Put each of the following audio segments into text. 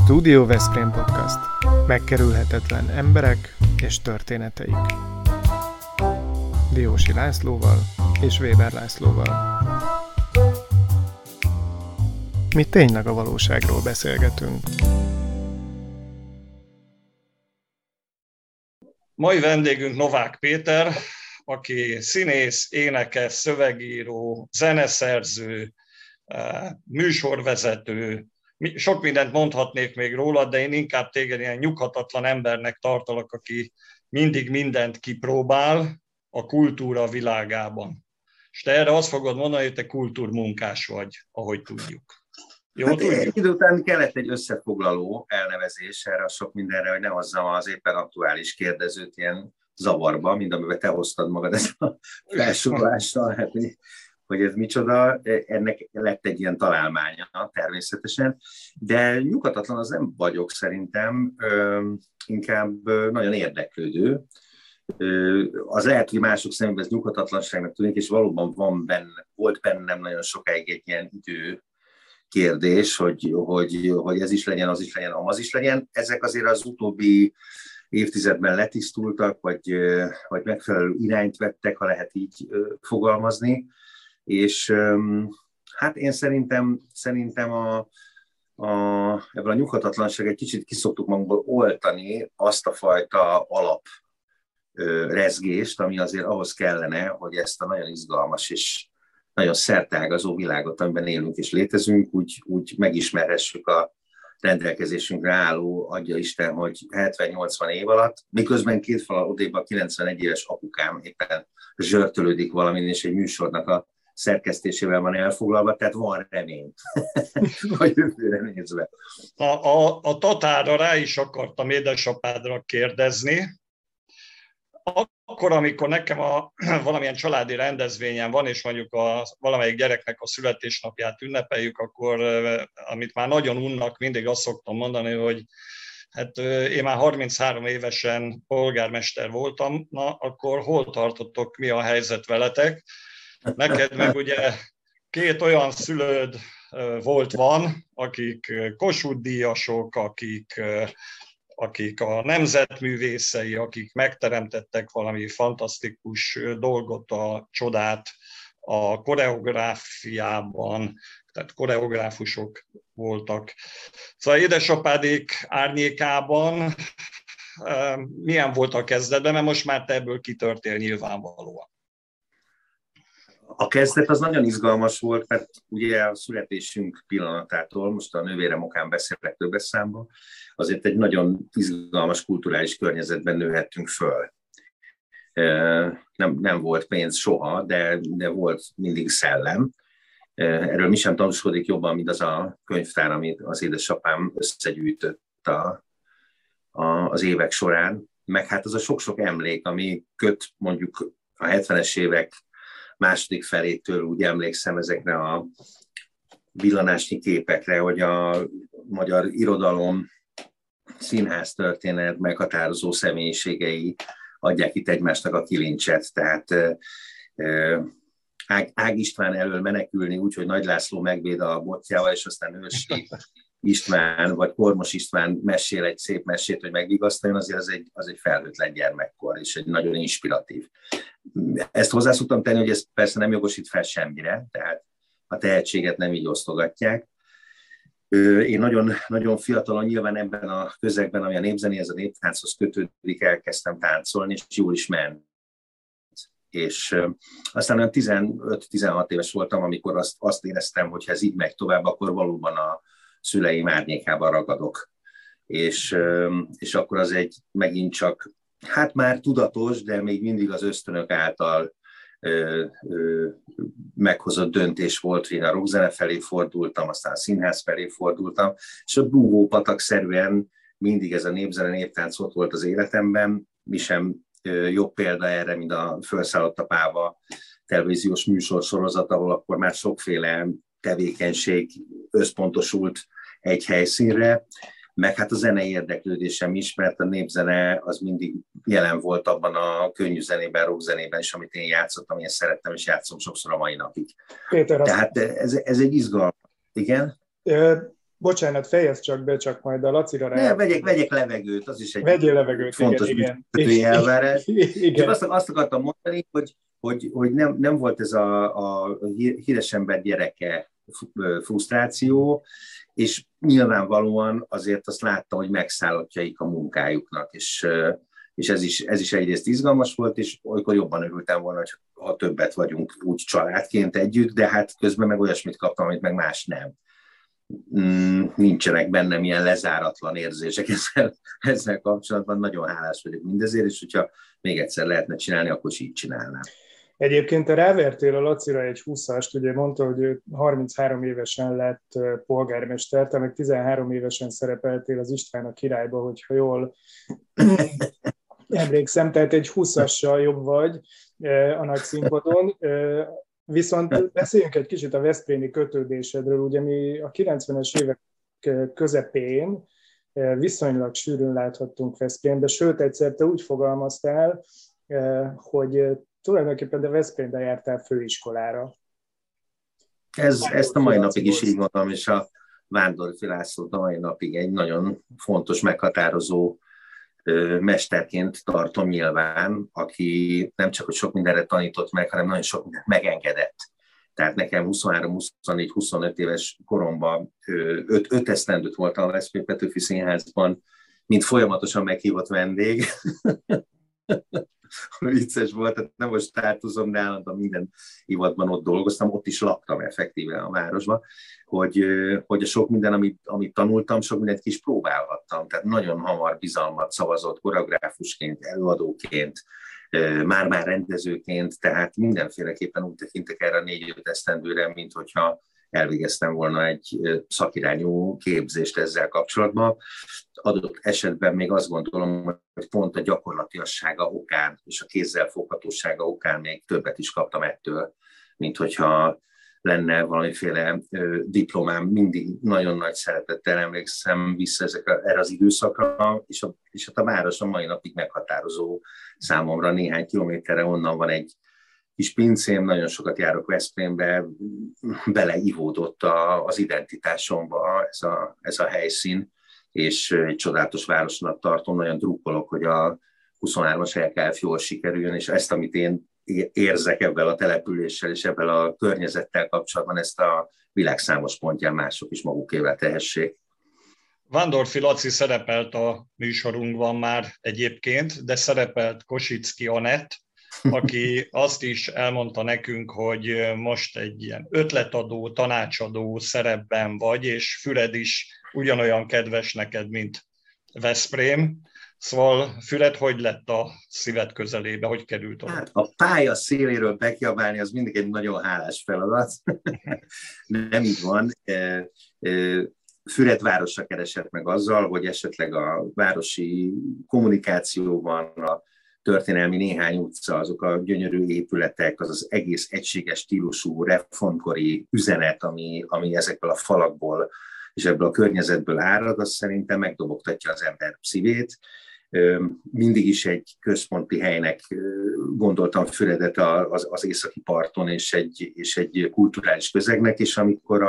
Studio Veszprém Podcast. Megkerülhetetlen emberek és történeteik. Diósi Lászlóval és Weber Lászlóval. Mi tényleg a valóságról beszélgetünk. Mai vendégünk Novák Péter, aki színész, énekes, szövegíró, zeneszerző, műsorvezető. Sok mindent mondhatnék még róla, de én inkább téged ilyen nyughatatlan embernek tartalak, aki mindig mindent kipróbál a kultúra világában. És te erre azt fogod mondani, hogy te kultúrmunkás vagy, ahogy tudjuk. Jó, hát idő után kellett egy összefoglaló elnevezés erre a sok mindenre, hogy ne hozzam az éppen aktuális kérdezőt ilyen zavarba, mint amiben te hoztad magad ezt a felsorolással, hát, hogy ez micsoda, ennek lett egy ilyen találmánya természetesen, de nyughatatlan az nem vagyok szerintem, inkább nagyon érdeklődő. Az lehet, hogy mások szemében ez nyughatatlanságnak tűnik, és valóban volt bennem nagyon sokáig egy ilyen idő kérdés, hogy ez is legyen, az is legyen, amaz is legyen. Ezek azért az utóbbi évtizedben letisztultak, vagy megfelelő irányt vettek, ha lehet így fogalmazni. És hát én szerintem ebből a nyughatatlanság egy kicsit kiszoktuk magunkból oltani azt a fajta alaprezgést, ami azért ahhoz kellene, hogy ezt a nagyon izgalmas és nagyon szerteágazó világot, amiben élünk és létezünk, úgy megismerhessük a rendelkezésünkre álló, adja Isten, hogy 70-80 év alatt, miközben két fal odébb a 91 éves apukám éppen zsörtölődik valamin, és egy műsornak a szerkesztésével van elfoglalva, tehát van remény a jövőre nézve. A tatárra rá is akartam édesapádra kérdezni. Akkor, amikor nekem valamilyen családi rendezvényen van, és mondjuk valamelyik gyereknek a születésnapját ünnepeljük, akkor, amit már nagyon unnak, mindig azt szoktam mondani, hogy hát én már 33 évesen polgármester voltam, na akkor hol tartottok, mi a helyzet veletek? Neked meg ugye két olyan szülőd van, akik Kossuth-díjasok, akik a nemzetművészei, akik megteremtettek valami fantasztikus dolgot, a csodát a koreográfiában, tehát koreográfusok voltak. Szóval édesapádék árnyékában milyen volt a kezdetben, mert most már te ebből kitörtél nyilvánvalóan. A kezdet az nagyon izgalmas volt, mert ugye a születésünk pillanatától, most a nővérem okán beszélek többes számban, azért egy nagyon izgalmas kulturális környezetben nőhettünk föl. Nem volt pénz soha, de volt mindig szellem. Erről mi sem tanúskodik jobban, mint az a könyvtár, amit az édesapám összegyűjtött az évek során. Meg hát az a sok-sok emlék, ami köt mondjuk a 70-es évek második felétől úgy emlékszem ezekre a villanásnyi képekre, hogy a magyar irodalom, színháztörténet meghatározó személyiségei adják itt egymásnak a kilincset. Tehát Ág István elől menekülni úgy, hogy Nagy László megvéd a botjával, és aztán Ősi István vagy Kormos István mesél egy szép mesét, hogy megvigasztaljon, azért az egy felhőtlen gyermekkor, és egy nagyon inspiratív. Ezt hozzá szoktam tenni, hogy ez persze nem jogosít fel semmire, tehát a tehetséget nem így osztogatják. Én nagyon, nagyon fiatalon nyilván ebben a közegben, ami a népzenéhez, a néptánchoz kötődik, elkezdtem táncolni, és jól is ment. És aztán olyan 15-16 éves voltam, amikor azt éreztem, hogy ha ez így megy tovább, akkor valóban a szüleim árnyékában ragadok. És akkor az egy megint csak, hát már tudatos, de még mindig az ösztönök által meghozott döntés volt, hogy én a rockzene felé fordultam, aztán a színház felé fordultam, és a búvópatak-szerűen mindig ez a népzene, néptánc ott volt az életemben, mi sem jobb példa erre, mint a Fölszállott a Páva televíziós műsorsorozat, ahol akkor már sokféle tevékenység összpontosult egy helyszínre, meg hát a zenei érdeklődésem is, mert a népzene az mindig jelen volt abban a könnyű zenében, rockzenében is, amit én játszottam, én szerettem, és játszom sokszor a mai napig. Péter, tehát ez egy izgalmas. Igen? Bocsánat, fejezd csak be, csak majd a Lacira rá. Vegyek levegőt, az is egy vegyél levegőt, fontos működői elvárás. Igen. Csak azt akartam mondani, hogy nem volt ez a híres ember gyereke frusztráció, és nyilvánvalóan azért azt láttam, hogy megszállottjaik a munkájuknak, és ez is egyrészt izgalmas volt, és olykor jobban örültem volna, hogy ha többet vagyunk úgy családként együtt, de hát közben meg olyasmit kaptam, amit meg más nem. Nincsenek bennem ilyen lezáratlan érzések ezzel kapcsolatban. Nagyon hálás vagyok mindezért, és hogyha még egyszer lehetne csinálni, akkor is így csinálnám. Egyébként te rávertél a Lacira egy 20-ast, ugye mondta, hogy ő 33 évesen lett polgármester, te meg 13 évesen szerepeltél az István a királyba, hogyha jól emlékszem, tehát egy 20-assal jobb vagy a nagy színpadon. Viszont beszéljünk egy kicsit a veszprémi kötődésedről. Ugye mi a 90-es évek közepén viszonylag sűrűn láthattunk Veszprémbe, sőt egyszer te úgy fogalmaztál, hogy tulajdonképpen de Veszprémbe jártál főiskolára. Ezt a mai napig is így mondom, és a Vándorfi Lászlót a mai napig egy nagyon fontos, meghatározó mesterként tartom nyilván, aki nem csak, hogy sok mindenre tanított meg, hanem nagyon sok mindent megengedett. Tehát nekem 23, 24, 25 éves koromban 5 esztendőt voltam a Veszprém Petőfi Színházban, mint folyamatosan meghívott vendég. Vicces volt, tehát nem most státuzom, de állandóan minden évadban ott dolgoztam, ott is laktam effektíve a városban, hogy a sok minden, amit tanultam, sok mindent ki is próbálhattam. Tehát nagyon hamar bizalmat szavazott koreográfusként, előadóként, már-már rendezőként, tehát mindenféleképpen úgy tekintek erre a 4-5 esztendőre, mint hogyha elvégeztem volna egy szakirányú képzést ezzel kapcsolatban. Adott esetben még azt gondolom, hogy pont a gyakorlatiassága okán és a kézzelfoghatósága okán még többet is kaptam ettől, mint hogyha lenne valamiféle diplomám. Mindig nagyon nagy szeretettel emlékszem vissza erre az időszakra, és a város a mai napig meghatározó számomra. Néhány kilométerre onnan van egy kis pincém, nagyon sokat járok Veszprémbe, beleivódott az identitásomba ez a helyszín, és egy csodálatos városnak tartom, nagyon drukkolok, hogy a 23-as LKF jól sikerüljön, és ezt, amit én érzek ebben a településsel és ebben a környezettel kapcsolatban, ezt a világ számos pontján mások is magukével tehessék. Vándorfi Laci szerepelt a műsorunkban már egyébként, de szerepelt Kosicki Anett, aki azt is elmondta nekünk, hogy most egy ilyen ötletadó, tanácsadó szerepben vagy, és Füred is ugyanolyan kedves neked, mint Veszprém. Szóval Füred hogy lett a szíved közelébe, hogy került oda? Hát a pálya széléről bekiabálni, az mindig egy nagyon hálás feladat. Nem így van. Füred városra keresett meg azzal, hogy esetleg a városi kommunikációban a történelmi néhány utca, azok a gyönyörű épületek, az az egész egységes stílusú reformkori üzenet, ami ezekből a falakból és ebből a környezetből árad, az szerintem megdobogtatja az ember szívét. Mindig is egy központi helynek gondoltam Füredet az északi parton, és egy kulturális közegnek, és amikor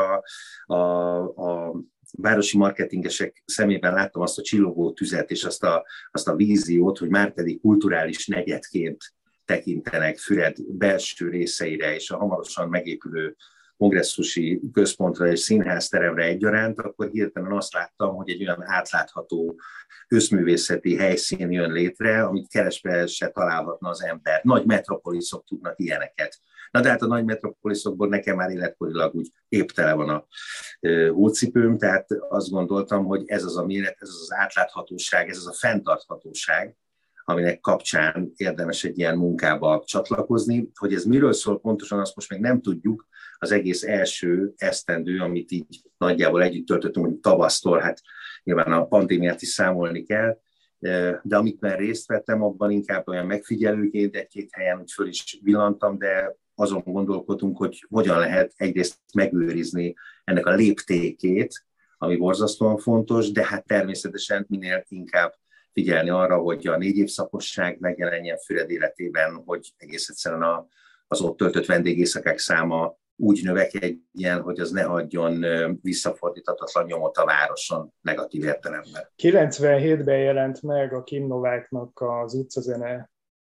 a városi marketingesek szemében láttam azt a csillogó tüzet, és azt a víziót, hogy márpedig kulturális negyedként tekintenek Füred belső részeire, és a hamarosan megépülő kongresszusi központra és színházteremre egyaránt, akkor hirtelen azt láttam, hogy egy olyan átlátható összművészeti helyszín jön létre, amit keresve se találhatna az ember. Nagy metropoliszok tudnak ilyeneket. Na de hát a nagy metropoliszokból nekem már életkorilag úgy épp tele van a hócipőm, tehát azt gondoltam, hogy ez az a méret, ez az átláthatóság, ez az a fenntarthatóság, aminek kapcsán érdemes egy ilyen munkába csatlakozni. Hogy ez miről szól pontosan, azt most még nem tudjuk. Az egész első esztendő, amit így nagyjából együtt töltöttünk, hogy tavasztól, hát nyilván a pandémiát is számolni kell, de amikben részt vettem, abban inkább olyan megfigyelőként egy-két helyen, hogy föl is villantam, de azon gondolkodunk, hogy hogyan lehet egyrészt megőrizni ennek a léptékét, ami borzasztóan fontos, de hát természetesen minél inkább figyelni arra, hogy a 4 évszakosság megjelenjen Füred életében, hogy egész egyszerűen az ott töltött vendégészakák száma úgy növekedjen, hogy az ne hagyjon visszafordíthatatlan nyomot a városon negatív értelemben. 97-ben jelent meg a Kim Nováknak az utcazene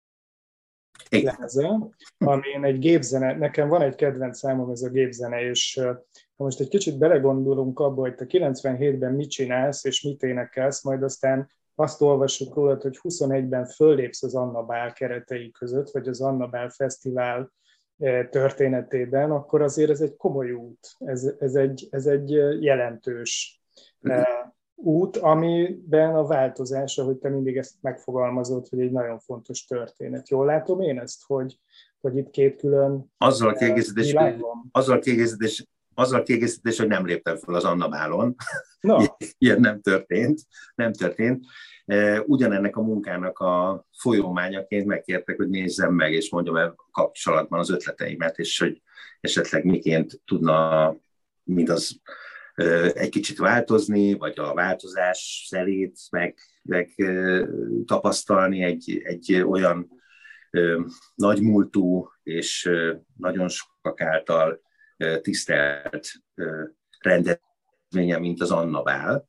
lemeze, amin egy gépzene, nekem van egy kedvenc számom ez a gépzene, és ha most egy kicsit belegondolunk abba, hogy te 97-ben mit csinálsz és mit énekelsz, majd aztán azt olvassuk rólad, hogy 21-ben föllépsz az Anna Bál keretei között, vagy az Anna Bál Fesztivál történetében, akkor azért ez egy komoly út, ez egy jelentős út, amiben a változás, ahogy te mindig ezt megfogalmazod, hogy egy nagyon fontos történet. Jól látom én ezt, hogy itt két külön világ van? Azzal kiegészítés, hogy nem léptem fel az Anna Bálon. No. Ilyen nem történt. Ugyanennek a munkának a folyómányaként megkértek, hogy nézzem meg, és mondjam el kapcsolatban az ötleteimet, és hogy esetleg miként tudna mindaz egy kicsit változni, vagy a változás szelét meg tapasztalni egy olyan nagymúltú és nagyon sokak által tisztelt rendezvénye, mint az Anna Bál.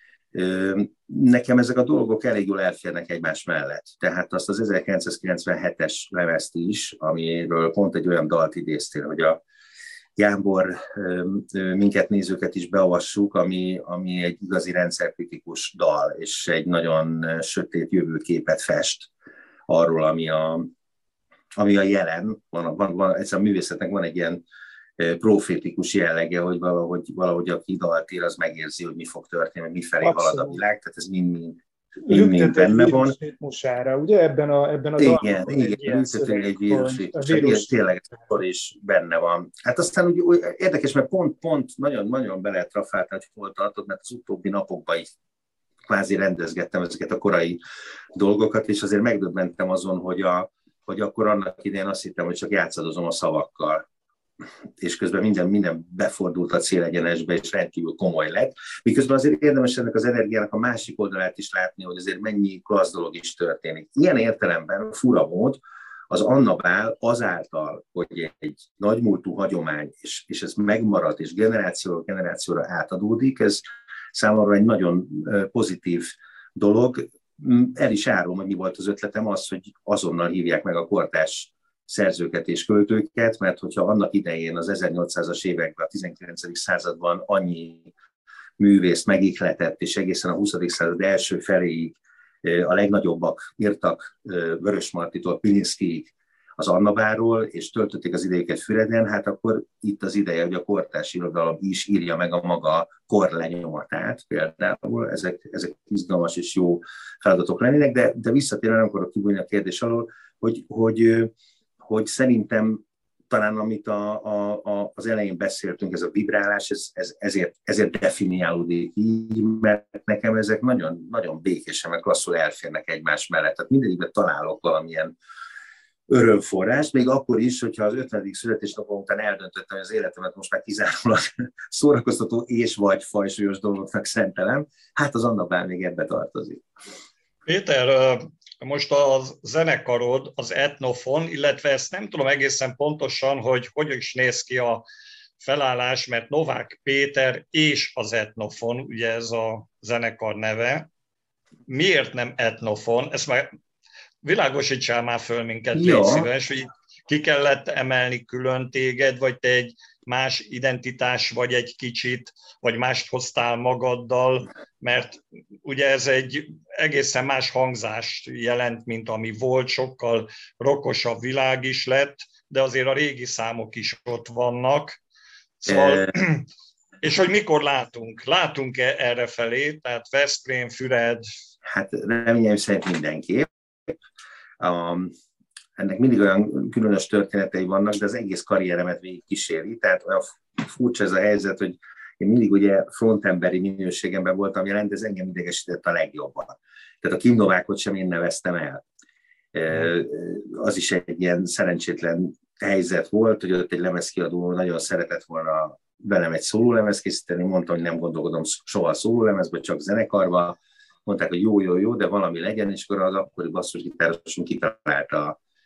Nekem ezek a dolgok elég jól elférnek egymás mellett. Tehát azt az 1997-es lemezt is, amiről pont egy olyan dalt idéztél, hogy a Jámbor minket nézőket is beavassuk, ami egy igazi rendszerkritikus dal, és egy nagyon sötét jövőképet fest arról, ami a jelen. Ez a művészetnek van egy ilyen profétikus jellege, hogy valahogy aki dalt ír, az megérzi, hogy mi fog történni, mifelé halad a világ, tehát ez mind benne van. Ritmusára, ugye ebben a dalban egy vírus, tényleg is benne van. Hát aztán úgy érdekes, mert pont nagyon be lehet trafálni, hogy hol tartott, mert az utóbbi napokban így kvázi rendezgettem ezeket a korai dolgokat, és azért megdöbbentem azon, hogy akkor annak idején azt hittem, hogy csak játszadozom a szavakkal, és közben minden befordult a célegyenesbe, és rendkívül komoly lett. Miközben azért érdemes ennek az energiának a másik oldalát is látni, hogy azért mennyi klassz dolog is történik. Ilyen értelemben fura mód, az Anna Bál azáltal, hogy egy nagymúltú hagyomány, és ez megmarad, és generációról generációra átadódik, ez számomra egy nagyon pozitív dolog. El is árulom, hogy mi volt az ötletem, az, hogy azonnal hívják meg a kortárs szerzőket és költőket, mert hogyha annak idején az 1800-as években, a 19. században annyi művészt megihletett, és egészen a 20. század első feléig a legnagyobbak írtak Vörösmartytól Pilinszkyig az Anna Bálról, és töltötték az idejüket Füreden, hát akkor itt az ideje, hogy a kortárs irodalom is írja meg a maga korlenyomatát például. Ezek izgalmas és jó feladatok lennének, de visszatérve nem akarok kibújni a kérdés alól, hogy szerintem talán amit az elején beszéltünk, ez a vibrálás, ezért definiálódik így, mert nekem ezek nagyon, nagyon békésen, meg klasszul elférnek egymás mellett. Tehát mindegyikben találok valamilyen örömforrást, még akkor is, hogyha az 50. születésnapom után eldöntöttem, hogy az életemet most már kizárólag szórakoztató és vagy fajsúlyos dolgoknak szentelem, hát az Anna Bál még ebbe tartozik. Péter, most a zenekarod, az Etnofon, illetve ezt nem tudom egészen pontosan, hogy is néz ki a felállás, mert Novák Péter és az Etnofon, ugye ez a zenekar neve. Miért nem Etnofon? Ezt már világosítsál már föl minket, légy szíves, hogy ki kellett emelni külön téged, vagy te egy más identitás vagy egy kicsit, vagy mást hoztál magaddal, mert ugye ez egy egészen más hangzást jelent, mint ami volt, sokkal rockosabb világ is lett, de azért a régi számok is ott vannak. Szóval, és hogy mikor látunk-e errefelé, tehát Veszprém, Füred? Hát reményeim szerint mindenképp. Ennek mindig olyan különös történetei vannak, de az egész karrieremet végig kíséri. Tehát olyan furcsa ez a helyzet, hogy én mindig ugye frontemberi minőségemben voltam, ami jelent, ez engem idegesített a legjobban. Tehát a Kim Novákot sem én neveztem el. Az is egy ilyen szerencsétlen helyzet volt, hogy ott egy lemezkiadó nagyon szeretett volna velem egy szólólemez készíteni, mondtam, hogy nem gondolkodom soha a szólólemezbe, csak zenekarba. Mondták, hogy jó, de valami legyen, és akkor az akkori basszusgitárosunk kitalálta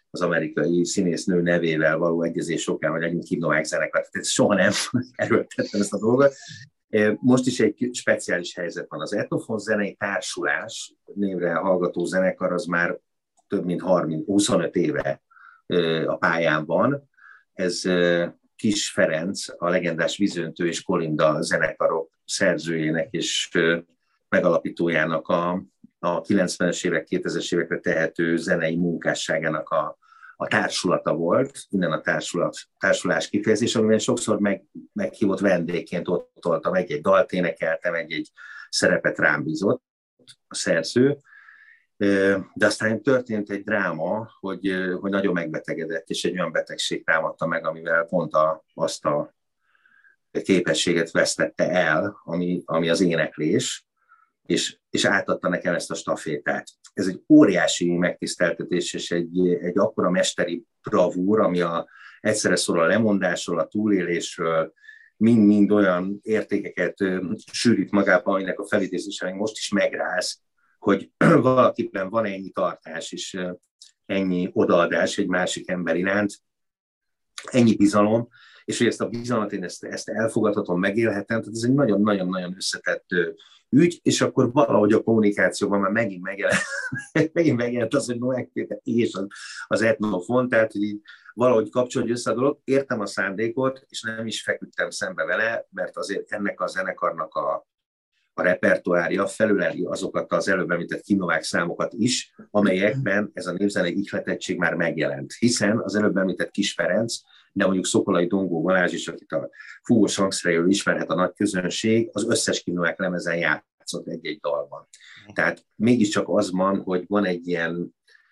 az amerikai színésznő nevével való egyezés okán, hogy legyen Kino zenekar. Tehát soha nem erőltettem ezt a dolgot. Most is egy speciális helyzet van. Az Etnofon Zenei Társulás névre hallgató zenekar az már több mint 25 éve a pályán van. Ez Kis Ferenc, a legendás Vízöntő és Kolinda zenekarok szerzőjének és megalapítójának a 90-es évek, 2000-es évekre tehető zenei munkásságának a társulata volt, innen a társulás kifejezés, amiben sokszor meghívott vendégként ott voltam, egy dalt énekeltem, egy szerepet rám bízott a szerző, de aztán történt egy dráma, hogy nagyon megbetegedett, és egy olyan betegség támadta meg, amivel pont azt a képességet vesztette el, ami az éneklés, és átadta nekem ezt a stafétát. Ez egy óriási megtiszteltetés, és egy akkora mesteri bravúr, ami egyszerre szól a lemondásról, a túlélésről, mind-mind olyan értékeket sűrít magába, aminek a felidézése most is megráz, hogy valakiben van ennyi tartás, és ennyi odaadás egy másik ember iránt, ennyi bizalom, és hogy ezt a bizalmat én ezt elfogadhatom, megélhetem, tehát ez egy nagyon-nagyon-nagyon összetett ügy, és akkor valahogy a kommunikációban már megint megjelent az, hogy Novák Péter és az Etnofon, tehát hogy így valahogy kapcsolódj össze a dolog, értem a szándékot, és nem is feküdtem szembe vele, mert azért ennek a zenekarnak a repertoárja felüleli azokat az előbb említett Kinovák számokat is, amelyekben ez a népzenei ihletettség már megjelent. Hiszen az előbb említett Kis Ferenc, de mondjuk Szokolai Dongó Balázs is, akit a fúvós hangszereiről ismerhet a nagy közönség, az összes Kinovák lemezen játszott egy-egy dalban. Tehát mégiscsak az van, hogy van egy ilyen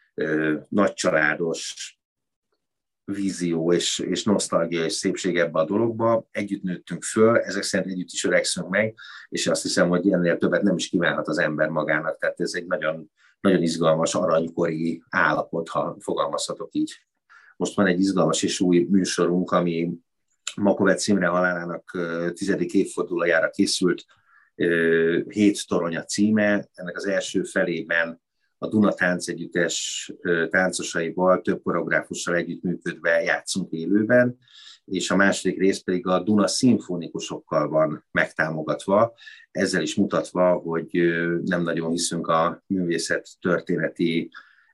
nagycsaládos vízió és nosztalgia és szépség ebbe a dologba. Együtt nőttünk föl, ezek szerint együtt is öregszünk meg, és azt hiszem, hogy ennél többet nem is kívánhat az ember magának. Tehát ez egy nagyon, nagyon izgalmas, aranykori állapot, ha fogalmazhatok így. Most van egy izgalmas és új műsorunk, ami Makovec Imre halálának 10. évfordulójára készült, 7 torony a címe. Ennek az első felében a Duna Táncegyüttes táncosaival, több koreográfussal együttműködve játszunk élőben, és a második rész pedig a Duna szimfonikusokkal van megtámogatva, ezzel is mutatva, hogy nem nagyon hiszünk a művészet történeti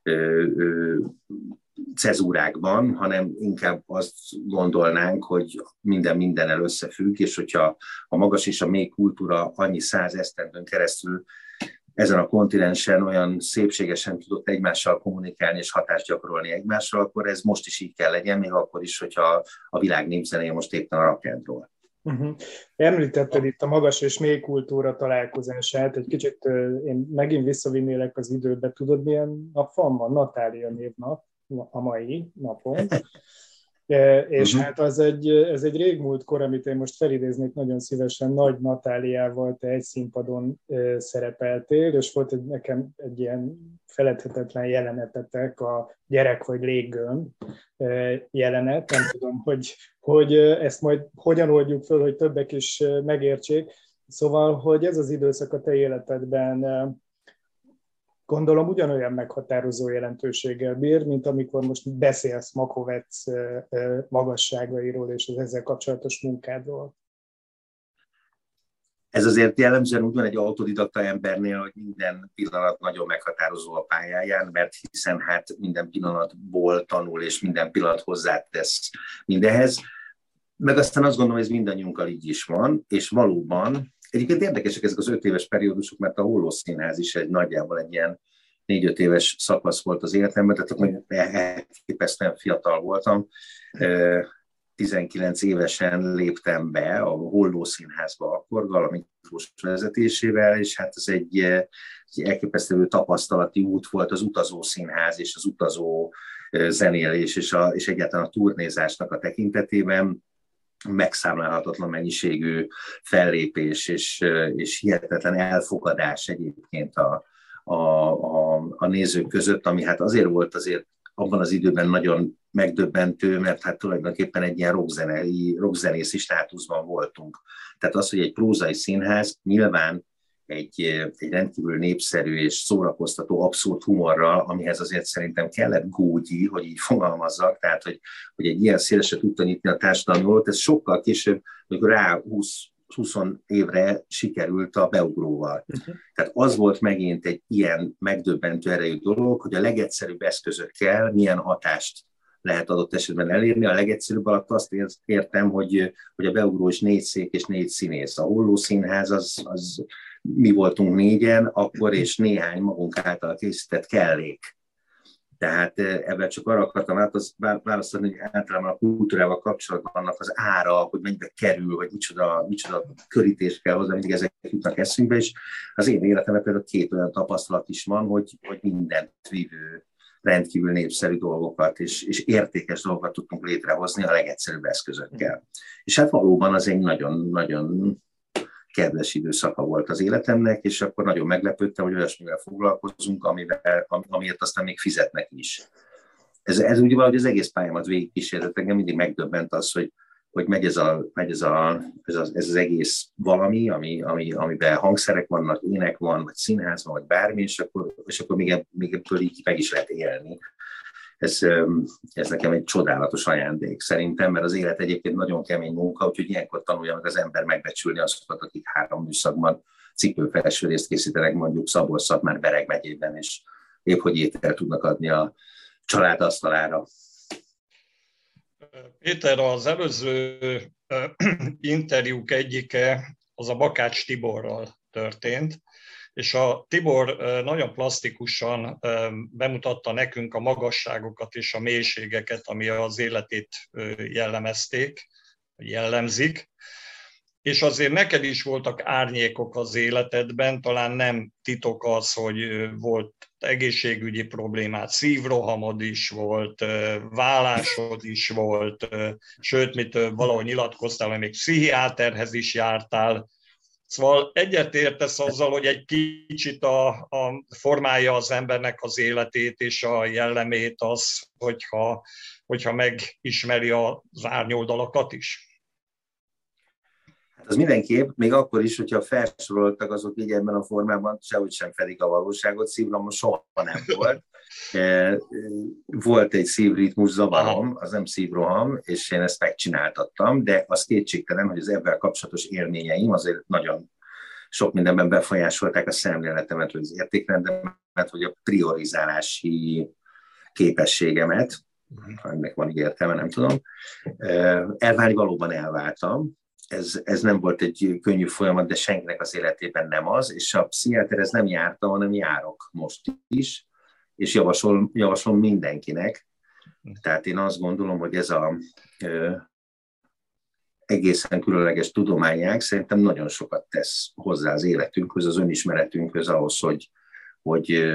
cezúrákban, hanem inkább azt gondolnánk, hogy minden mindennel összefügg, és hogyha a magas és a mély kultúra annyi 100 esztendőn keresztül ezen a kontinensen olyan szépségesen tudott egymással kommunikálni és hatást gyakorolni egymással, akkor ez most is így kell legyen, még akkor is, hogyha a világ népzenéje most éppen a rock and roll. Említetted itt a magas és mély kultúra találkozását, egy kicsit én megint visszavinnélek az időbe, tudod milyen nap van? Natália névnap a mai napon. És hát ez egy régmúlt kor, amit én most felidéznék nagyon szívesen, Nagy Natáliával te egy színpadon szerepeltél, és volt nekem egy ilyen feledhetetlen jelenetetek, a Gyerek vagy léggömb jelenet, nem tudom, hogy ezt majd hogyan oldjuk föl, hogy többek is megértsék. Szóval, hogy ez az időszak a te életedben gondolom ugyanolyan meghatározó jelentőséggel bír, mint amikor most beszélsz Makovec magasságairól és az ezzel kapcsolatos munkádról. Ez azért jellemzően úgy van egy autodidakta embernél, hogy minden pillanat nagyon meghatározó a pályáján, mert hiszen hát minden pillanatból tanul, és minden pillanat hozzátesz mindenhez. Meg aztán azt gondolom, hogy ez mindannyiunkkal így is van, és valóban egyébként érdekesek ezek az 5 éves periódusok, mert a Holló Színház is nagyjából egy ilyen 4-5 éves szakasz volt az életemben, tehát akkor elképesztően fiatal voltam. 19 évesen léptem be a Holló Színházba akkor, Gala Miklós vezetésével, és hát ez egy elképesztő tapasztalati út volt az utazó színház és az utazó zenélés és egyáltalán a turnézásnak a tekintetében. Megszámlálhatatlan mennyiségű fellépés és hihetetlen elfogadás egyébként a nézők között, ami hát azért volt abban az időben nagyon megdöbbentő, mert hát tulajdonképpen egy ilyen rockzenészi státuszban voltunk. Tehát az, hogy egy prózai színház nyilván egy rendkívül népszerű és szórakoztató abszurd humorral, amihez azért szerintem kellett gógyi, hogy így fogalmazzak, tehát hogy egy ilyen szélesre tudta nyitni a társadalmi oldalt, ez sokkal később, amikor rá 20 évre sikerült a Beugróval. Tehát az volt megint egy ilyen megdöbbentő erejű dolog, hogy a legegyszerűbb eszközökkel milyen hatást lehet adott esetben elérni. A legegyszerűbb alatt azt értem, hogy a Beugró is 4 szék és 4 színész. A Holló Színház az mi voltunk 4-en akkor, és néhány magunk által készített kellék. Tehát ebben csak arra akartam választani, hogy általában a kultúrával kapcsolatban annak az ára, hogy mennyibe kerül, hogy micsoda körítés kell hozzá, mindig ezek jutnak eszünkbe, és az én életemben például 2 olyan tapasztalat is van, hogy mindent vívő, rendkívül népszerű dolgokat és értékes dolgokat tudtunk létrehozni a legegyszerűbb eszközökkel. És hát valóban az egy nagyon-nagyon kedves időszaka volt az életemnek, és akkor nagyon meglepődtem, hogy olyasmivel foglalkozunk, amiért aztán még fizetnek is. Ez úgy valahogy az egész pályámat végigkísértett, engem mindig megdöbbent az, hogy megy ez az egész valami, amiben hangszerek vannak, ének van, vagy színház van, vagy bármi, és akkor még ebből így meg is lehet élni. Ez nekem egy csodálatos ajándék szerintem, mert az élet egyébként nagyon kemény munka, úgyhogy ilyenkor tanulja meg az ember megbecsülni azokat, akik 3 műszakban cipőfelső részt készítenek mondjuk Szabolcs-Szatmár-Bereg megyében, és épp hogy ételt tudnak adni a család asztalára. Péter, az előző interjúk egyike az a Bakács Tiborral történt, és a Tibor nagyon plastikusan bemutatta nekünk a magasságokat és a mélységeket, ami az életét jellemezték, jellemzik. És azért neked is voltak árnyékok az életedben, talán nem titok az, hogy volt egészségügyi problémát, szívrohamod is volt, vállásod is volt, sőt, mit valahogy nyilatkoztál, hogy még pszichiáterhez is jártál. Szóval egyetértesz azzal, hogy egy kicsit formálja az embernek az életét és a jellemét az, hogyha megismeri az árnyoldalakat is? Hát az mindenképp, még akkor is, hogyha felsoroltak azok így ebben a formában, sehogy sem fedik a valóságot, szívrohamom soha nem volt. Volt egy szívritmus zavarom, az nem szívroham, és én ezt megcsináltattam, de az kétségtelen, hogy az ebben kapcsolatos élményeim azért nagyon sok mindenben befolyásolták a szemléletemet, vagy az értékrendemet, vagy a priorizálási képességemet, ennek van értelme, nem tudom. Elválni valóban elváltam. Ez nem volt egy könnyű folyamat, de senkinek az életében nem az, és a pszichiáterhez nem jártam, hanem járok most is, és javaslom mindenkinek. Tehát én azt gondolom, hogy ez a egészen különleges tudományág szerintem nagyon sokat tesz hozzá az életünkhöz, az önismeretünkhöz, ahhoz, hogy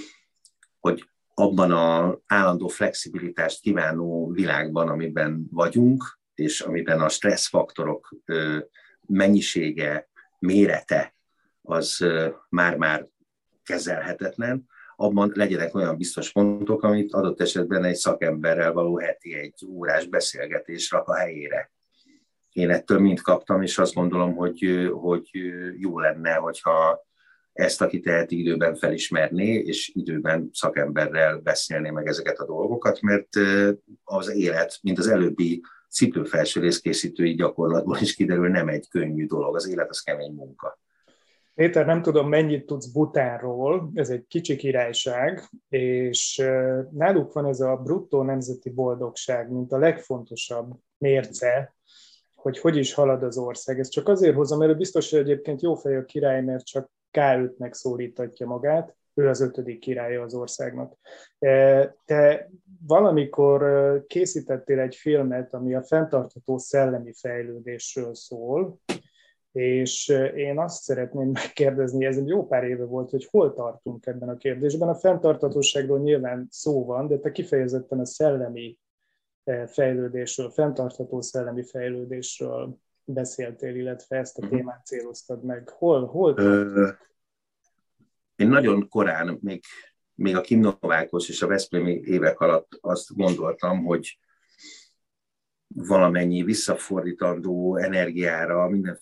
abban az állandó flexibilitást kívánó világban, amiben vagyunk, és amiben a stresszfaktorok mennyisége, mérete az már-már kezelhetetlen, abban legyenek olyan biztos pontok, amit adott esetben egy szakemberrel való heti 1 órás beszélgetés rak a helyére. Én ettől mind kaptam, és azt gondolom, hogy jó lenne, hogyha ezt, aki teheti, időben felismerné, és időben szakemberrel beszélné meg ezeket a dolgokat, mert az élet, mint az előbbi cipőfelső részkészítői gyakorlatból is kiderül, nem egy könnyű dolog. Az élet az kemény munka. Péter, nem tudom, mennyit tudsz Bhutánról, ez egy kicsi királyság, és náluk van ez a bruttó nemzeti boldogság, mint a legfontosabb mérce, hogy is halad az ország. Ezt csak azért hozom, mert biztos, hogy egyébként jó fej a király, mert csak K5-nek szólítatja magát, ő az 5. királya az országnak. Te valamikor készítettél egy filmet, ami a fenntartható szellemi fejlődésről szól, és én azt szeretném megkérdezni, ez egy jó pár éve volt, hogy hol tartunk ebben a kérdésben. A fenntarthatóságról nyilván szó van, de te kifejezetten a szellemi fejlődésről, fenntartható szellemi fejlődésről beszéltél, illetve ezt a témát céloztad meg. Hol tartunk? Én nagyon korán, még a Kim Novákos és a veszprémi évek alatt azt gondoltam, hogy valamennyi visszafordítandó energiára, mindenféle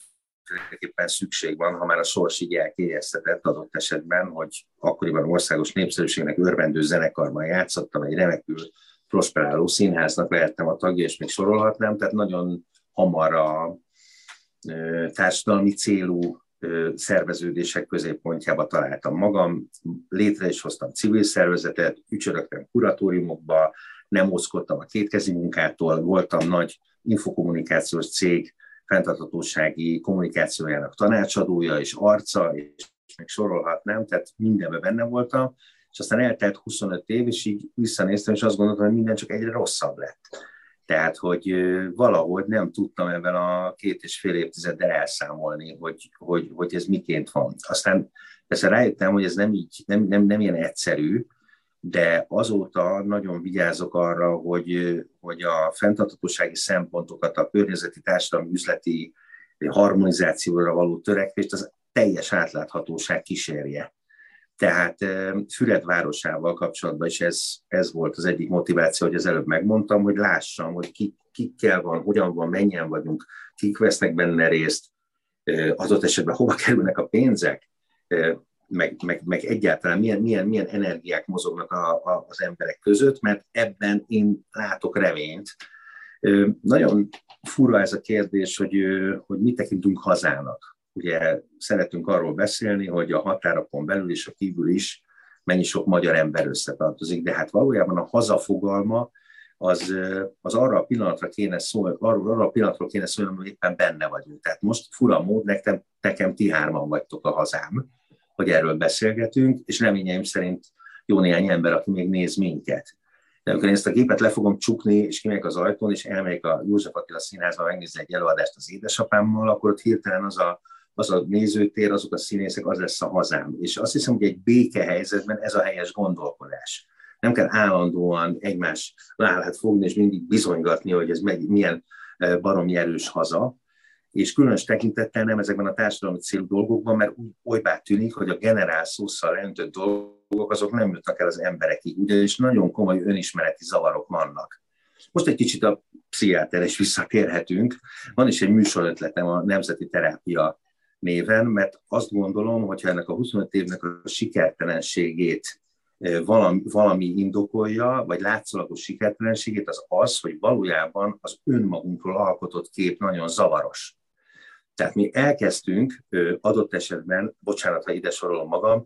mindenképpen szükség van, ha már a sors így elkényeztetett adott esetben, hogy akkoriban országos népszerűségnek örvendő zenekarban játszottam, egy remekül prosperáló színháznak lehettem a tagja, és még sorolhatnám, tehát nagyon hamar a társadalmi célú szerveződések középpontjába találtam magam, létre is hoztam civil szervezetet, ücsörögtem kuratóriumokba, nem óckodtam a kétkezi munkától, voltam nagy infokommunikációs cég fenntarthatósági kommunikációjának tanácsadója és arca, és még sorolhatnám, tehát mindenben benne voltam, és aztán eltelt 25 év, és így visszanéztem, és azt gondoltam, hogy minden csak egyre rosszabb lett. Tehát, hogy valahogy nem tudtam ebben a 2,5 évtizeddel elszámolni, hogy ez miként van. Aztán persze rájöttem, hogy ez nem ilyen egyszerű, de azóta nagyon vigyázok arra, hogy a fenntarthatósági szempontokat, a környezeti, társadalmi, üzleti harmonizációra való törekvést az teljes átláthatóság kísérje. Tehát Füred városával kapcsolatban is ez volt az egyik motiváció, hogy az előbb megmondtam, hogy lássam, hogy kikkel van, hogyan van, mennyien vagyunk, kik vesznek benne részt, adott esetben hova kerülnek a pénzek, meg egyáltalán milyen energiák mozognak az emberek között, mert ebben én látok reményt. Nagyon fura ez a kérdés, hogy mit tekintünk hazának. Ugye szeretünk arról beszélni, hogy a határokon belül és a kívül is mennyi sok magyar ember összetartozik, de hát valójában a haza fogalma az arra a pillanatra kéne szólni, hogy éppen benne vagyunk. Tehát most fura mód, nekem ti hárman vagytok a hazám, hogy erről beszélgetünk, és reményeim szerint jó néhány ember, aki még néz minket. De amikor én ezt a képet le fogom csukni, és kimegyek az ajtón, és elmegyek a József Attila Színházba megnézni egy előadást az édesapámmal, akkor ott hirtelen az a nézőtér, azok a színészek, az lesz a hazám. És azt hiszem, hogy egy békehelyzetben ez a helyes gondolkodás. Nem kell állandóan egymás vállát fogni, és mindig bizonygatni, hogy ez milyen baromi erős haza, és különös tekintettel nem ezekben a társadalmi célú dolgokban, mert olybá tűnik, hogy a generál szószal leöntött dolgok, azok nem jutnak el az emberekig, ugyanis nagyon komoly önismereti zavarok vannak. Most egy kicsit a pszichiáterre is visszatérhetünk. Van is egy műsorötletem a Nemzeti Terápia néven, mert azt gondolom, hogyha ennek a 25 évnek a sikertelenségét valami indokolja, vagy látszólagos sikertelenségét, az, hogy valójában az önmagunkról alkotott kép nagyon zavaros. Tehát mi elkezdtünk adott esetben, bocsánat, ha ide sorolom magam,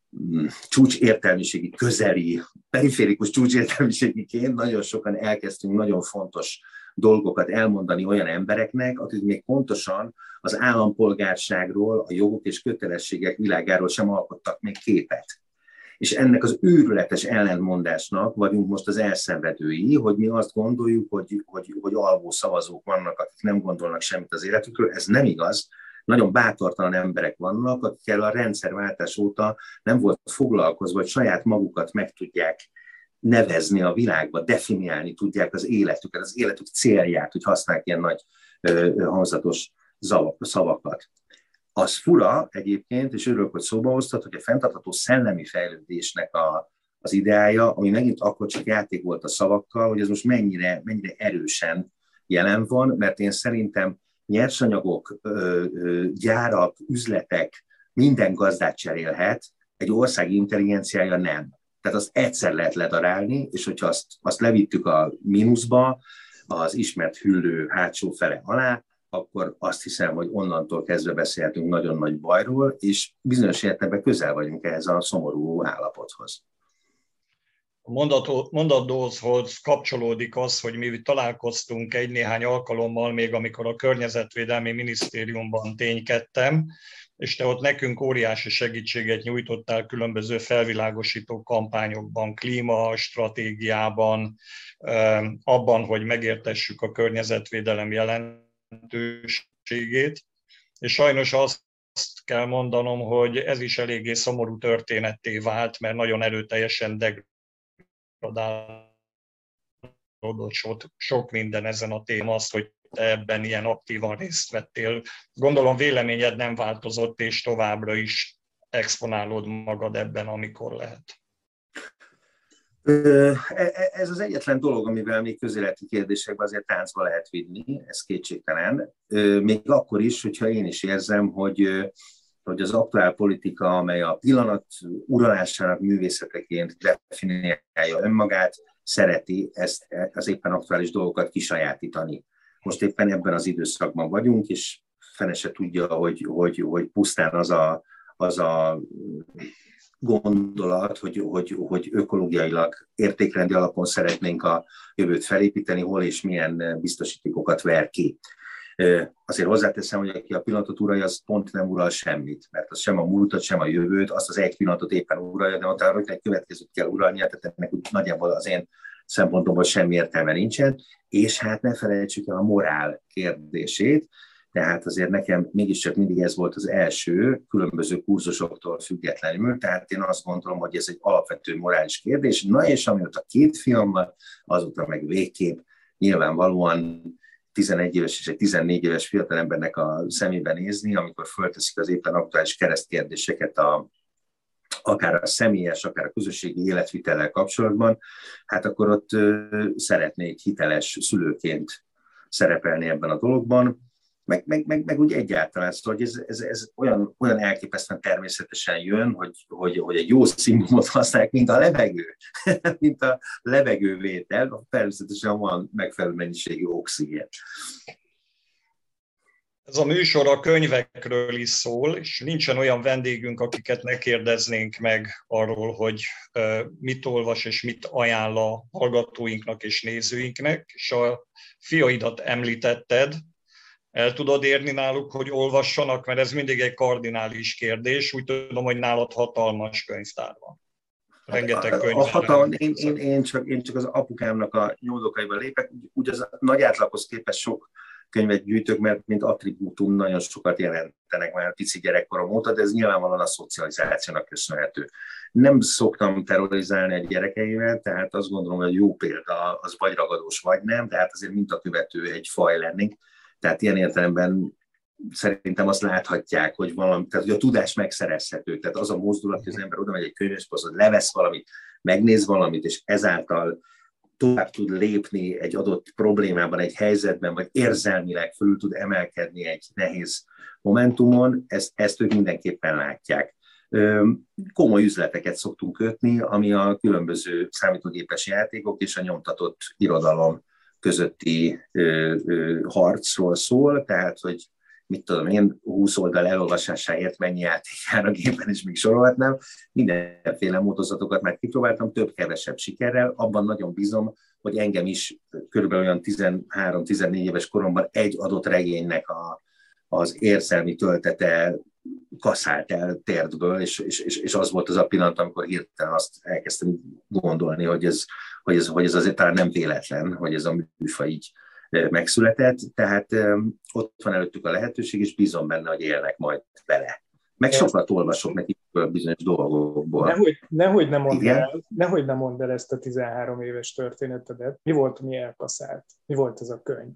csúcsértelmiségi közeli, periférikus csúcsértelmiségiként nagyon sokan elkezdtünk nagyon fontos dolgokat elmondani olyan embereknek, akik még pontosan az állampolgárságról, a jogok és kötelességek világáról sem alkottak még képet. És ennek az őrületes ellentmondásnak vagyunk most az elszenvedői, hogy mi azt gondoljuk, hogy alvó szavazók vannak, akik nem gondolnak semmit az életükről. Ez nem igaz. Nagyon bátortalan emberek vannak, akikkel a rendszerváltás óta nem volt foglalkozva, hogy saját magukat meg tudják nevezni a világba, definiálni tudják az életüket, az életük célját, hogy használják ilyen nagy hangzatos szavakat. Az fura egyébként, és örülök, hogy szóba hoztad, hogy a fenntartható szellemi fejlődésnek az ideája, ami megint akkor csak játék volt a szavakkal, hogy ez most mennyire erősen jelen van, mert én szerintem nyersanyagok, gyárak, üzletek, minden gazdát cserélhet, egy ország intelligenciája nem. Tehát azt egyszer lehet ledarálni, és hogyha azt levittük a mínuszba, az ismert hüllő hátsó fele alá, akkor azt hiszem, hogy onnantól kezdve beszélhetünk nagyon nagy bajról, és bizonyos értelemben közel vagyunk ehhez a szomorú állapothoz. A mondatodhoz kapcsolódik az, hogy mi találkoztunk egy-néhány alkalommal, még amikor a Környezetvédelmi Minisztériumban ténykedtem, és te ott nekünk óriási segítséget nyújtottál különböző felvilágosító kampányokban, klímastratégiában, abban, hogy megértessük a környezetvédelem jelentőségét. És sajnos azt kell mondanom, hogy ez is eléggé szomorú történetté vált, mert nagyon erőteljesen degradálódott sok minden ezen a téma, az, hogy te ebben ilyen aktívan részt vettél. Gondolom véleményed nem változott, és továbbra is exponálod magad ebben, amikor lehet. Ez az egyetlen dolog, amivel még közéleti kérdésekben azért táncba lehet vinni, ez kétségtelen. Még akkor is, hogyha én is érzem, hogy az aktuál politika, amely a pillanat uralásának művészeteként definiálja önmagát, szereti ezt az éppen aktuális dolgokat kisajátítani. Most éppen ebben az időszakban vagyunk, és fene se tudja, hogy pusztán az a gondolat, hogy ökológiailag értékrendi alapon szeretnénk a jövőt felépíteni, hol és milyen biztosítékokat ver ki. Azért hozzáteszem, hogy aki a pillanatot uralja, az pont nem ural semmit, mert az sem a múltat, sem a jövőt, azt az egy pillanatot éppen uralja, de utána egy következőt kell uralnia, tehát ennek nagyjából az én szempontomból semmi értelme nincsen, és hát ne felejtsük el a morál kérdését, tehát azért nekem mégiscsak mindig ez volt az első, különböző kurzusoktól függetlenül, tehát én azt gondolom, hogy ez egy alapvető morális kérdés. Na és amióta 2 fiam van, azóta meg végképp nyilvánvalóan 11 éves és egy 14 éves fiatalembernek a szemébe nézni, amikor fölteszik az éppen aktuális keresztkérdéseket akár a személyes, akár a közösségi életvitellel kapcsolatban, hát akkor ott szeretnék hiteles szülőként szerepelni ebben a dologban, meg úgy egyáltalán, szóval, hogy ez olyan elképesztően természetesen jön, hogy egy jó szimbólumot használják, mint a levegő, mint a levegővétel, természetesen van megfelelő mennyiségű oxigén. Ez a műsor a könyvekről is szól, és nincsen olyan vendégünk, akiket ne kérdeznénk meg arról, hogy mit olvas és mit ajánl a hallgatóinknak és nézőinknek. És a fiaidat említetted, el tudod érni náluk, hogy olvassanak, mert ez mindig egy kardinális kérdés. Úgy tudom, hogy nálad hatalmas könyvtár van. Rengeteg könyv. Én csak az apukámnak a nyúldokaiba lépek. Úgy az nagy átlaghoz képest sok könyvet gyűjtök, mert mint attribútum nagyon sokat jelentenek már pici gyerekkorom óta, de ez nyilvánvalóan a szocializációnak köszönhető. Nem szoktam terrorizálni egy gyerekeivel, tehát azt gondolom, hogy a jó példa az vagy ragadós, vagy nem, de hát azért mintakövető egy faj lennénk. Tehát ilyen értelemben szerintem azt láthatják, hogy valami, tehát hogy a tudás megszerezhető. Tehát az a mozdulat, hogy az ember oda megy egy könyvespolchoz, levesz valamit, megnéz valamit, és ezáltal tovább tud lépni egy adott problémában, egy helyzetben, vagy érzelmileg fölül tud emelkedni egy nehéz momentumon, ezt ők mindenképpen látják. Komoly üzleteket szoktunk kötni, ami a különböző számítógépes játékok és a nyomtatott irodalom közötti harcról szól, tehát, hogy mit tudom én, 20 oldal elolvasásáért mennyi játék jár a gépen, és még sorolhatnám. Mindenféle módozatokat már kipróbáltam, több-kevesebb sikerrel. Abban nagyon bízom, hogy engem is körülbelül olyan 13-14 éves koromban egy adott regénynek az érzelmi töltete kaszált el térdből, és az volt az a pillanat, amikor hirtelen azt elkezdtem gondolni, hogy ez azért talán nem véletlen, hogy ez a műfaj így megszületett, tehát ott van előttük a lehetőség, és bízom benne, hogy élnek majd vele. Meg sokat olvasok nekik bizonyos dolgokból. Nehogy ne mondd el ezt a 13 éves történetedet. Mi volt, ami elkaszált? Mi volt ez a könyv?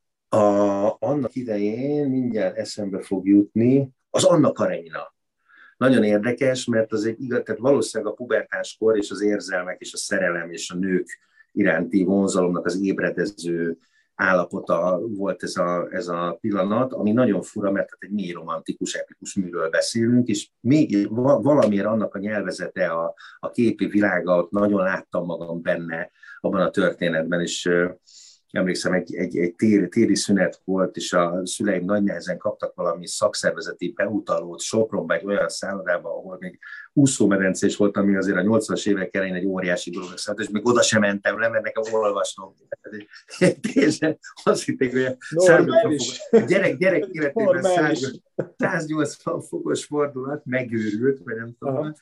Annak idején mindjárt eszembe fog jutni, az Anna Karenina. Nagyon érdekes, mert az egy igaz, tehát valószínűleg a pubertáskor és az érzelmek és a szerelem és a nők iránti vonzalomnak az ébredező állapota volt ez a pillanat, ami nagyon fura, mert egy mély romantikus, epikus műről beszélünk, és még valamiért annak a nyelvezete, a képi világa, ott nagyon láttam magam benne abban a történetben, és emlékszem, egy téli szünet volt, és a szüleim nagy nehezen kaptak valami szakszervezeti beutalót Sopronba, egy olyan szállodában, ahol még úszómedencés volt, ami azért a 80-as évek elején egy óriási dolog szállott, és még oda sem mentem le, mert nekem olvasnom. Teljesen azt hitték, hogy a gyerek életében 180 fokos fordulat, megőrült, vagy nem tudom.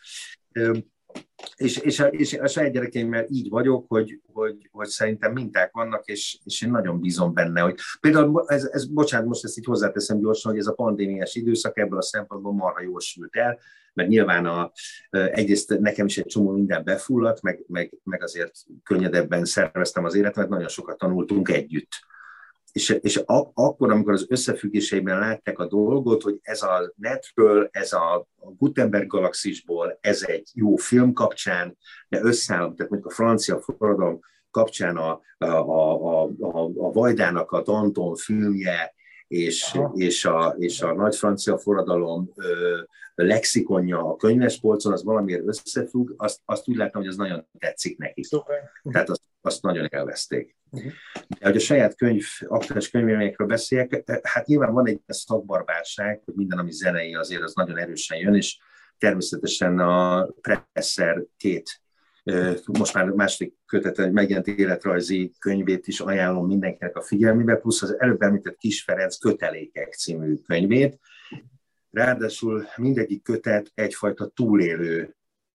És a saját gyerekeimmel így vagyok, hogy szerintem minták vannak, és én nagyon bízom benne, hogy például, bocsánat, most ezt így hozzáteszem gyorsan, hogy ez a pandémiás időszak ebből a szempontból marha jól sült el, mert nyilván egyrészt nekem is egy csomó minden befulladt, meg azért könnyedebben szerveztem az életemet, nagyon sokat tanultunk együtt. akkor, amikor az összefüggéseiben látták a dolgot, hogy ez a netről, ez a Gutenberg galaxisból, ez egy jó film kapcsán, de összeáll, tehát mondjuk a francia forradalom kapcsán a Vajdának a Danton filmje, és a nagy francia forradalom lexikonja a könyvespolcon, az valamiért összefügg, azt úgy láttam, hogy az nagyon tetszik nekik. Tehát azt nagyon élvezték. De hogy a saját aktuális könyvélményekről beszéljek, hát nyilván van egy szakbarbárság, hogy minden, ami zenei, azért az nagyon erősen jön, és természetesen a Presser most már második kötete megjelent életrajzi könyvét is ajánlom mindenkinek a figyelmébe, plusz az előbb említett Kis Ferenc Kötelékek című könyvét. Ráadásul mindegyik kötet egyfajta túlélő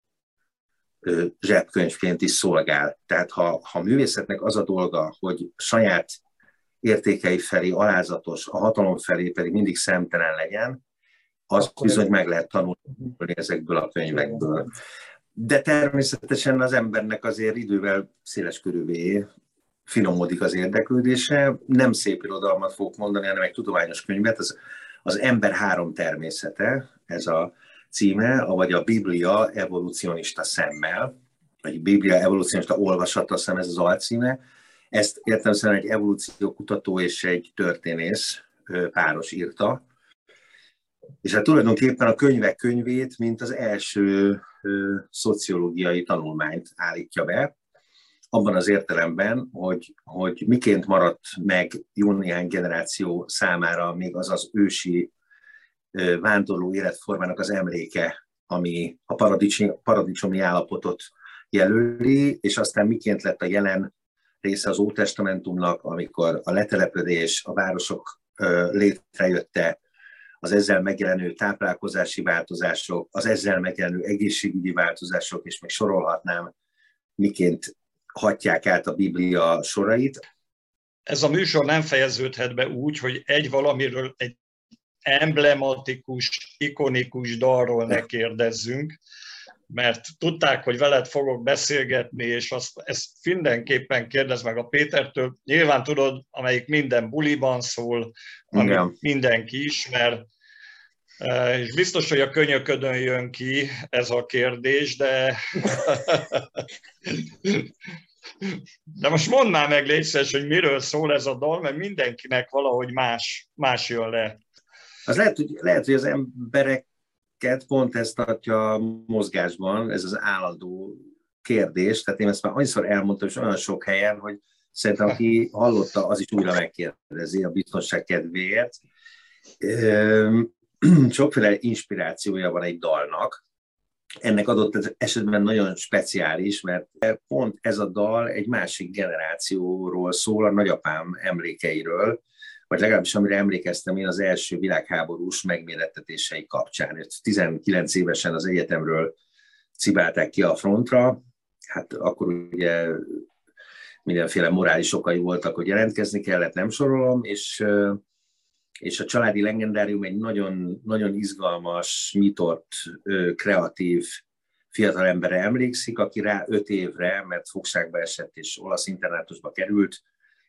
zsebkönyvként is szolgál. Tehát ha művészetnek az a dolga, hogy saját értékei felé alázatos, a hatalom felé pedig mindig szemtelen legyen, az bizony meg lehet tanulni ezekből a könyvekből. De természetesen az embernek azért idővel széleskörűvé finomodik az érdeklődése. Nem szép irodalmat fogok mondani, hanem egy tudományos könyvet. Az ember 3 természete, ez a címe, vagy a Biblia evolucionista szemmel, vagy Biblia evolucionista olvasata szem, ez az alcíme. Ezt értelemszerűen egy evolúciókutató és egy történész páros írta. És hát tulajdonképpen a könyvek könyvét, mint az első szociológiai tanulmányt állítja be, abban az értelemben, hogy miként maradt meg jó néhány generáció számára még az ősi vándorló életformának az emléke, ami a paradicsomi állapotot jelöli, és aztán miként lett a jelen része az Ótestamentumnak, amikor a letelepedés, a városok létrejötte, az ezzel megjelenő táplálkozási változások, az ezzel megjelenő egészségügyi változások, és még sorolhatnám, miként hatják át a Biblia sorait. Ez a műsor nem fejeződhet be úgy, hogy egy valamiről, egy emblematikus, ikonikus dalról ne kérdezzünk, mert tudták, hogy veled fogok beszélgetni, és ezt mindenképpen kérdezd meg a Pétertől. Nyilván tudod, amelyik minden buliban szól, amit mindenki ismer, és biztos, hogy a könyöködön jön ki ez a kérdés, de most mondd már meg, légy szíves, hogy miről szól ez a dal, mert mindenkinek valahogy más jön le. Az lehet, hogy az embereket pont ezt tartja mozgásban, ez az állandó kérdés. Tehát én ezt már annyiszor elmondtam, és olyan sok helyen, hogy szerintem aki hallotta, az is újra megkérdezi a biztonság kedvéért. Sokféle inspirációja van egy dalnak. Ennek adott esetben nagyon speciális, mert pont ez a dal egy másik generációról szól, a nagyapám emlékeiről, vagy legalábbis amire emlékeztem én az első világháborús megmérettetései kapcsán. 19 évesen az egyetemről cibálták ki a frontra, hát akkor ugye mindenféle morális okai voltak, hogy jelentkezni kellett, nem sorolom, és a családi legendárium egy nagyon, nagyon izgalmas, nyitott, kreatív fiatalemberre emlékszik, aki rá 5 évre, mert fogságba esett és olasz internátusba került,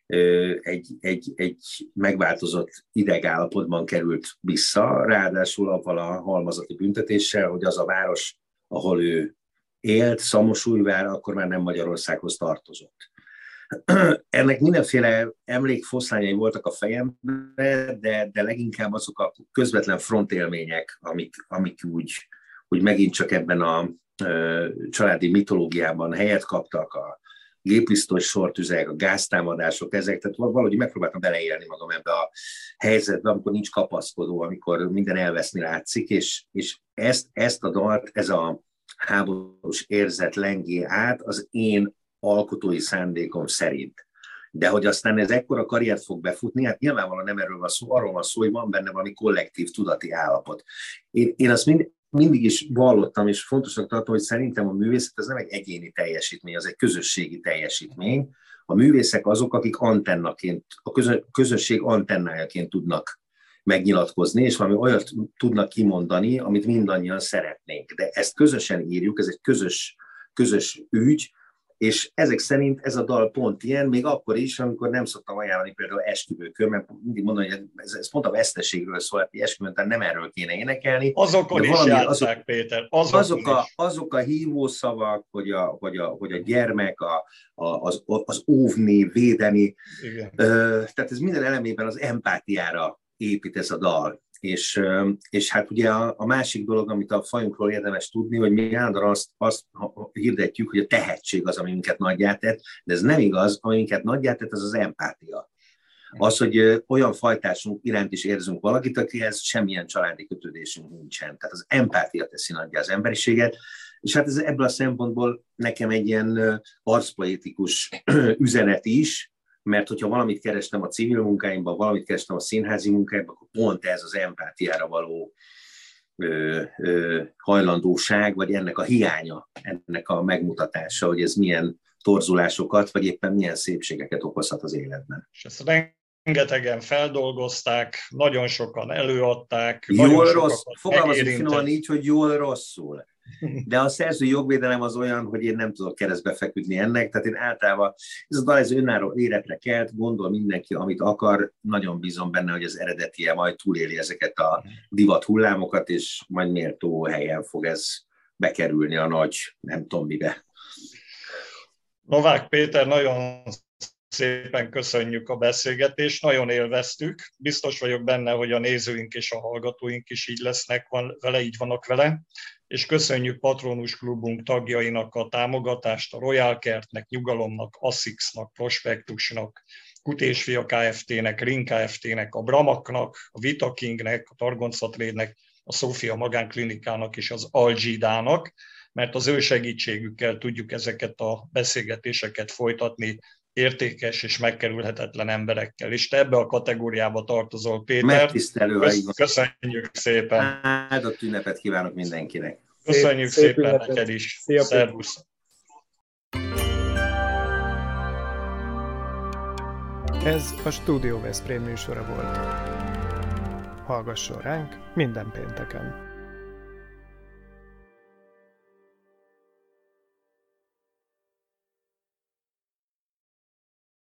egy megváltozott idegállapotban került vissza, ráadásul avval a halmazati büntetéssel, hogy az a város, ahol ő élt, Szamosújvár, akkor már nem Magyarországhoz tartozott. Ennek mindenféle emlékfoszlányai voltak a fejemben, de leginkább azok a közvetlen frontélmények, amik úgy megint csak ebben a családi mitológiában helyet kaptak, a gépisztoly sortüzek, a gáztámadások, ezek, tehát valahogy megpróbáltam beleélni magam ebbe a helyzetbe, amikor nincs kapaszkodó, amikor minden elveszni látszik, és ezt a dalt, ez a háborús érzet lengi át az én alkotói szándékom szerint. De hogy aztán ez ekkora karriert fog befutni, hát nyilvánvalóan nem erről van szó, arról van szó, hogy van benne valami kollektív tudati állapot. Én azt mindig is vallottam, és fontosnak tartom, hogy szerintem a művészet ez nem egy egyéni teljesítmény, az egy közösségi teljesítmény. A művészek azok, akik antennaként, a közösség antennájaként tudnak megnyilatkozni, és valami olyat tudnak kimondani, amit mindannyian szeretnénk. De ezt közösen írjuk, ez egy közös ügy, És ezek szerint ez a dal pont ilyen, még akkor is, amikor nem szoktam ajánlani például esküvőkön, mert mindig mondom, hogy ez pont a veszteségről szól, hogy esküvőn, tehát nem erről kéne énekelni. Azokon is játsszák, Péter. Azok a hívószavak, hogy a gyermek, az óvni, védeni, tehát ez minden elemében az empátiára épít ez a dal. És hát ugye a másik dolog, amit a fajunkról érdemes tudni, hogy mi állandóan azt hirdetjük, hogy a tehetség az, ami minket nagyját tett, de ez nem igaz, ami minket nagyját tett, az empátia. Az, hogy olyan fajtásunk iránt is érzünk valakit, akihez semmilyen családi kötődésünk nincsen. Tehát az empátia teszi nagyjá az emberiséget, és hát ez ebből a szempontból nekem egy ilyen arcpolitikus üzenet is, mert hogyha valamit kerestem a civil munkáimban, valamit kerestem a színházi munkáimban, akkor pont ez az empátiára való hajlandóság, vagy ennek a hiánya, ennek a megmutatása, hogy ez milyen torzulásokat, vagy éppen milyen szépségeket okozhat az életben. És ezt rengetegen feldolgozták, nagyon sokan előadták. Jól-rossz, fogalmazunk finoman így, hogy jól-rosszul. De a szerző jogvédelem az olyan, hogy én nem tudok keresztbe feküdni ennek, tehát én általában ez a dal ez önálló életre kelt, gondol mindenki, amit akar, nagyon bízom benne, hogy az eredetie majd túléli ezeket a divat hullámokat, és majd méltó helyen fog ez bekerülni a nagy, nem tudom mibe. Novák Péter, nagyon szépen köszönjük a beszélgetést, nagyon élveztük. Biztos vagyok benne, hogy a nézőink és a hallgatóink is így lesznek vele, így vannak vele. És köszönjük Patronus Klubunk tagjainak a támogatást, a Royal Kertnek, Nyugalomnak, Assixnak, Prospektusnak, Kutés Fia Kft-nek, Ring Kft-nek, a Bramaknak, a Vitakingnek, a Targoncatrédnek, a Szófia Magánklinikának és az Algidának, mert az ő segítségükkel tudjuk ezeket a beszélgetéseket folytatni értékes és megkerülhetetlen emberekkel. És te ebbe a kategóriába tartozol, Péter. Megtisztelő, köszönjük szépen. Áldott ünnepet kívánok mindenkinek. Köszönjük szépen neked is. Szervusz. Ez a Stúdió Veszprém műsora volt. Hallgasson ránk minden pénteken!